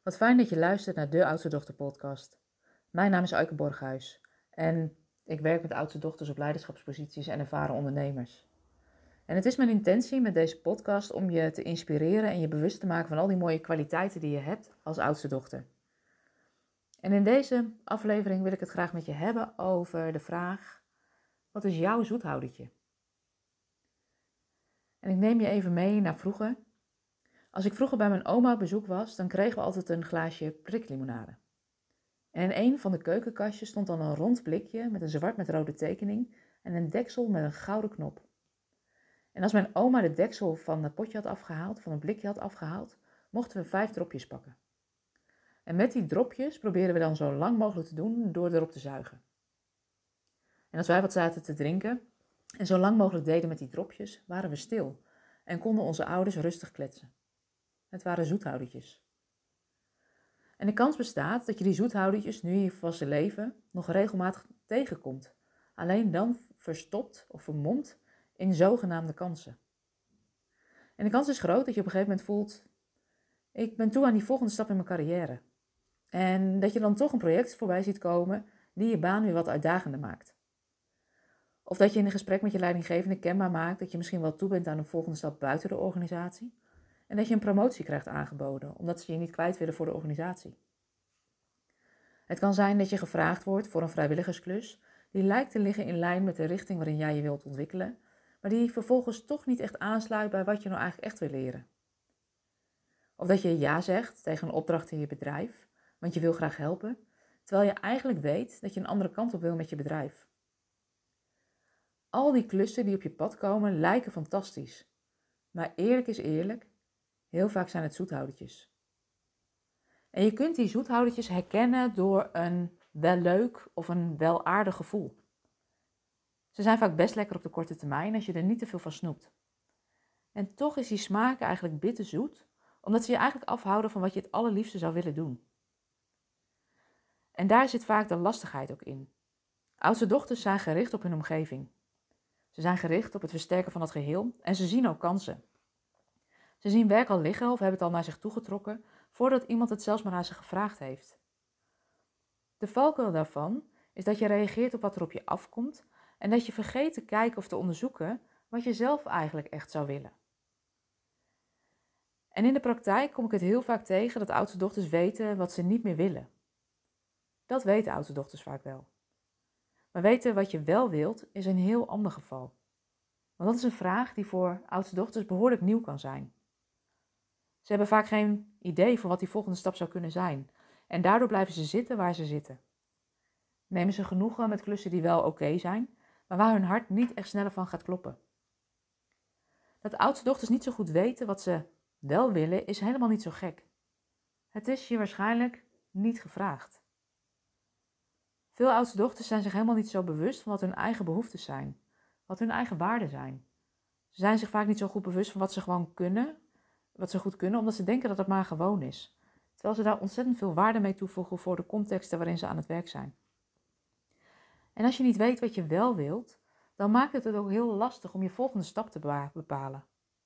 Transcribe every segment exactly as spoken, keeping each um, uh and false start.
Wat fijn dat je luistert naar de Oudste Dochter podcast. Mijn naam is Aike Borghuis en ik werk met oudste dochters op leiderschapsposities en ervaren ondernemers. En het is mijn intentie met deze podcast om je te inspireren en je bewust te maken van al die mooie kwaliteiten die je hebt als oudste dochter. En in deze aflevering wil ik het graag met je hebben over de vraag: wat is jouw zoethoudertje? En ik neem je even mee naar vroeger. Als ik vroeger bij mijn oma op bezoek was, dan kregen we altijd een glaasje priklimonade. En in een van de keukenkastjes stond dan een rond blikje met een zwart met rode tekening en een deksel met een gouden knop. En als mijn oma de deksel van het potje had afgehaald, van het blikje had afgehaald, mochten we vijf dropjes pakken. En met die dropjes probeerden we dan zo lang mogelijk te doen door erop te zuigen. En als wij wat zaten te drinken en zo lang mogelijk deden met die dropjes, waren we stil en konden onze ouders rustig kletsen. Het waren zoethoudertjes. En de kans bestaat dat je die zoethoudertjes nu in je volwassen leven nog regelmatig tegenkomt. Alleen dan verstopt of vermomd in zogenaamde kansen. En de kans is groot dat je op een gegeven moment voelt: ik ben toe aan die volgende stap in mijn carrière. En dat je dan toch een project voorbij ziet komen die je baan weer wat uitdagender maakt. Of dat je in een gesprek met je leidinggevende kenbaar maakt dat je misschien wel toe bent aan een volgende stap buiten de organisatie. En dat je een promotie krijgt aangeboden, omdat ze je niet kwijt willen voor de organisatie. Het kan zijn dat je gevraagd wordt voor een vrijwilligersklus die lijkt te liggen in lijn met de richting waarin jij je wilt ontwikkelen, maar die vervolgens toch niet echt aansluit bij wat je nou eigenlijk echt wil leren. Of dat je ja zegt tegen een opdracht in je bedrijf, want je wil graag helpen, terwijl je eigenlijk weet dat je een andere kant op wil met je bedrijf. Al die klussen die op je pad komen lijken fantastisch, maar eerlijk is eerlijk, heel vaak zijn het zoethoudertjes. En je kunt die zoethoudertjes herkennen door een wel leuk of een wel aardig gevoel. Ze zijn vaak best lekker op de korte termijn als je er niet te veel van snoept. En toch is die smaak eigenlijk bitterzoet, omdat ze je eigenlijk afhouden van wat je het allerliefste zou willen doen. En daar zit vaak de lastigheid ook in. Oudste dochters zijn gericht op hun omgeving. Ze zijn gericht op het versterken van het geheel en ze zien ook kansen. Ze zien werk al liggen of hebben het al naar zich toegetrokken voordat iemand het zelfs maar aan ze gevraagd heeft. De valkuil daarvan is dat je reageert op wat er op je afkomt en dat je vergeet te kijken of te onderzoeken wat je zelf eigenlijk echt zou willen. En in de praktijk kom ik het heel vaak tegen dat oudste dochters weten wat ze niet meer willen. Dat weten oudste dochters vaak wel. Maar weten wat je wel wilt is een heel ander geval. Want dat is een vraag die voor oudste dochters behoorlijk nieuw kan zijn. Ze hebben vaak geen idee van wat die volgende stap zou kunnen zijn. En daardoor blijven ze zitten waar ze zitten. Nemen ze genoegen met klussen die wel oké zijn, maar waar hun hart niet echt sneller van gaat kloppen. Dat oudste dochters niet zo goed weten wat ze wel willen, is helemaal niet zo gek. Het is je waarschijnlijk niet gevraagd. Veel oudste dochters zijn zich helemaal niet zo bewust van wat hun eigen behoeftes zijn, wat hun eigen waarden zijn. Ze zijn zich vaak niet zo goed bewust van wat ze gewoon kunnen, wat ze goed kunnen, omdat ze denken dat het maar gewoon is. Terwijl ze daar ontzettend veel waarde mee toevoegen voor de contexten waarin ze aan het werk zijn. En als je niet weet wat je wel wilt, dan maakt het het ook heel lastig om je volgende stap te bepalen.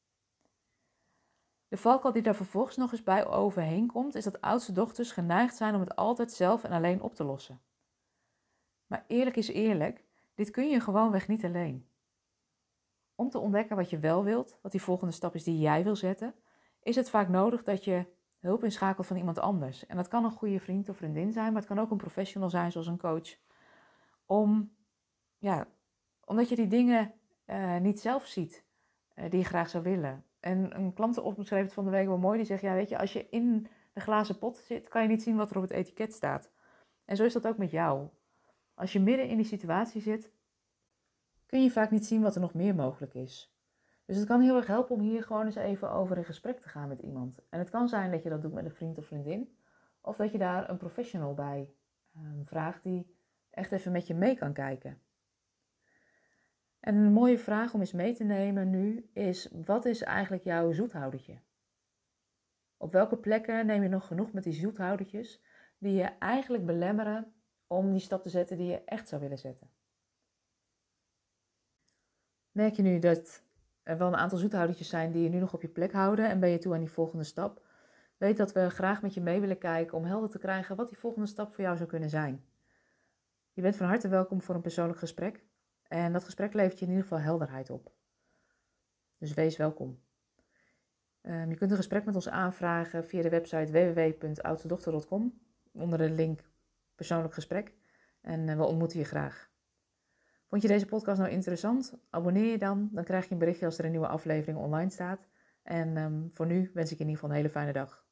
De valkuil die daar vervolgens nog eens bij overheen komt, is dat oudste dochters geneigd zijn om het altijd zelf en alleen op te lossen. Maar eerlijk is eerlijk, dit kun je gewoonweg niet alleen. Om te ontdekken wat je wel wilt, wat die volgende stap is die jij wil zetten, is het vaak nodig dat je hulp inschakelt van iemand anders. En dat kan een goede vriend of vriendin zijn, maar het kan ook een professional zijn zoals een coach. Om, ja, omdat je die dingen uh, niet zelf ziet uh, die je graag zou willen. En een klant opgeschreven het van de week wel mooi, die zegt, ja weet je, als je in de glazen pot zit, kan je niet zien wat er op het etiket staat. En zo is dat ook met jou. Als je midden in die situatie zit, kun je vaak niet zien wat er nog meer mogelijk is. Dus het kan heel erg helpen om hier gewoon eens even over in gesprek te gaan met iemand. En het kan zijn dat je dat doet met een vriend of vriendin, of dat je daar een professional bij um, vraagt die echt even met je mee kan kijken. En een mooie vraag om eens mee te nemen nu is, wat is eigenlijk jouw zoethoudertje? Op welke plekken neem je nog genoeg met die zoethoudertjes die je eigenlijk belemmeren om die stap te zetten die je echt zou willen zetten? Merk je nu dat er wel een aantal zoethoudertjes zijn die je nu nog op je plek houden en ben je toe aan die volgende stap, Weet dat we graag met je mee willen kijken om helder te krijgen wat die volgende stap voor jou zou kunnen zijn. Je bent van harte welkom voor een persoonlijk gesprek en dat gesprek levert je in ieder geval helderheid op. Dus wees welkom. Um, je kunt een gesprek met ons aanvragen via de website w w w punt oudste dochter punt com onder de link persoonlijk gesprek en uh, we ontmoeten je graag. Vond je deze podcast nou interessant? Abonneer je dan, dan krijg je een berichtje als er een nieuwe aflevering online staat. En um, voor nu wens ik je in ieder geval een hele fijne dag.